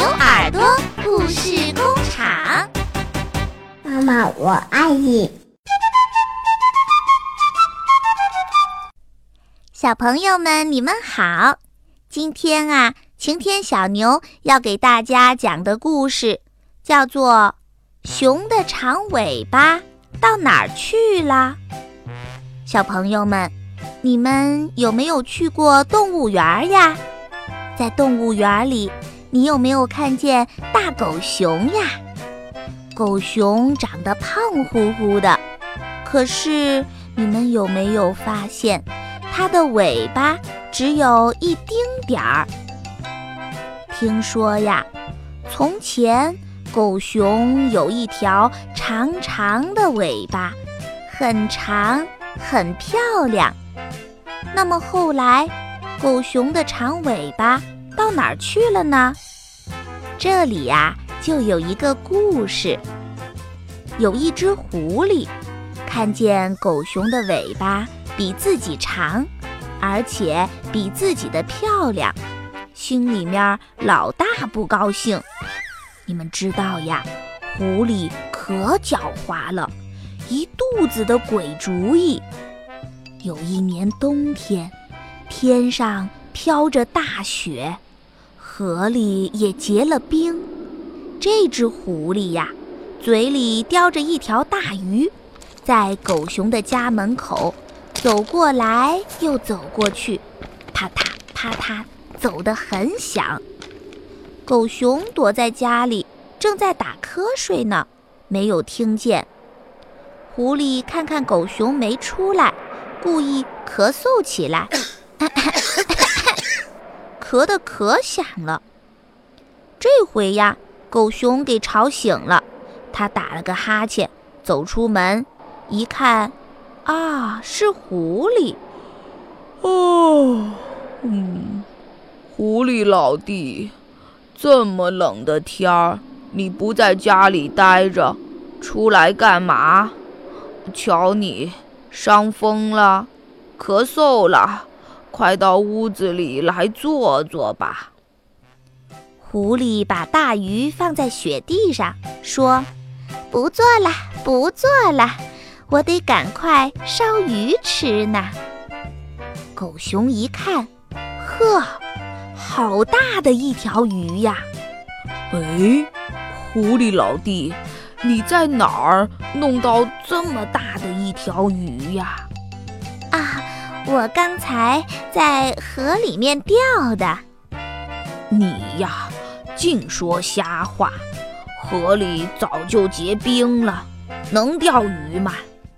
牛耳朵故事工厂。 妈妈，我爱你。 小朋友们，你们好！今天啊，晴天小牛要给大家讲的故事叫做《熊的长尾巴到哪儿去了》。小朋友们，你们有没有去过动物园呀？在动物园里，你有没有看见大狗熊呀？狗熊长得胖乎乎的，可是你们有没有发现它的尾巴只有一丁点儿？听说呀，从前狗熊有一条长长的尾巴，很长很漂亮。那么后来狗熊的长尾巴到哪儿去了呢？这里呀，就有一个故事。有一只狐狸看见狗熊的尾巴比自己长，而且比自己的漂亮，心里面老大不高兴。你们知道呀，狐狸可狡猾了，一肚子的鬼主意。有一年冬天，天上飘着大雪，河里也结了冰。这只狐狸呀，嘴里叼着一条大鱼，在狗熊的家门口走过来又走过去，啪嗒啪嗒，走得很响。狗熊躲在家里，正在打瞌睡呢，没有听见。狐狸看看狗熊没出来，故意咳嗽起来，咳得可响了。这回呀，狗熊给吵醒了，他打了个哈欠，走出门，一看，啊，是狐狸。 狐狸老弟，这么冷的天儿，你不在家里待着，出来干嘛？瞧你伤风了，咳嗽了，快到屋子里来坐坐吧。 狐狸把大鱼放在雪地上，说：不做了，不做了，我得赶快烧鱼吃呢。狗熊一看，呵，好大的一条鱼呀！ 哎，狐狸老弟，你在哪儿弄到这么大的一条鱼呀？ 啊，我刚才在河里面钓的。 你呀，净说瞎话，河里早就结冰了，能钓鱼吗？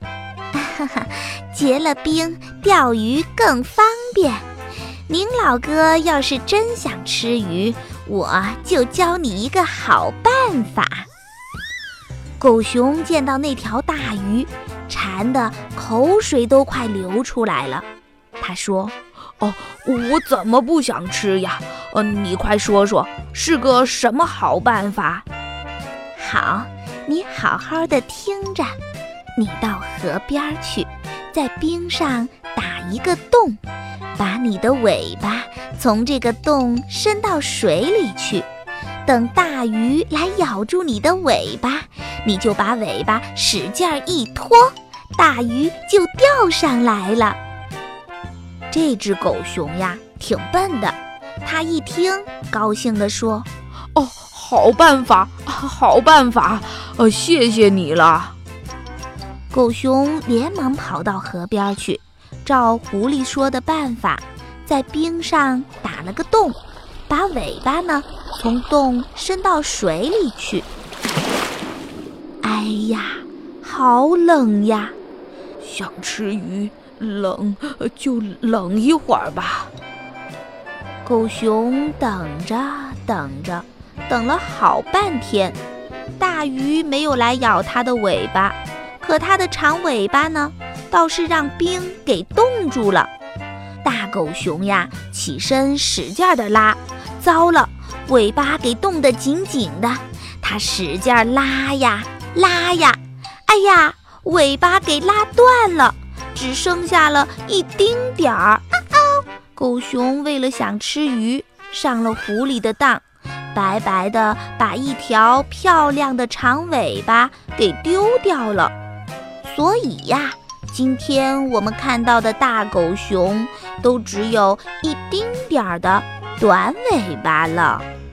结了冰，钓鱼更方便。您老哥要是真想吃鱼，我就教你一个好办法。狗熊见到那条大鱼，馋得口水都快流出来了。他说： 我怎么不想吃呀？你快说说，是个什么好办法？ 好，你好好的听着。你到河边去，在冰上打一个洞，把你的尾巴从这个洞伸到水里去。等大鱼来咬住你的尾巴，你就把尾巴使劲一拖，大鱼就钓上来了。这只狗熊呀，挺笨的，他一听，高兴地说： 好办法，好办法，谢谢你了。 狗熊连忙跑到河边去，照狐狸说的办法，在冰上打了个洞，把尾巴呢从洞伸到水里去。哎呀，好冷呀！ 想吃鱼，冷就冷一会儿吧。 狗熊等着等着，等了好半天，大鱼没有来咬它的尾巴，可它的长尾巴呢，倒是让冰给冻住了。大狗熊呀，起身使劲地拉，糟了，尾巴给冻得紧紧的，它使劲拉呀拉呀，哎呀，尾巴给拉断了，只剩下了一丁点儿。狗熊为了想吃鱼，上了狐狸的当， 白白的把一条漂亮的长尾巴给丢掉了。所以呀，今天我们看到的大狗熊都只有一丁点儿的短尾巴了。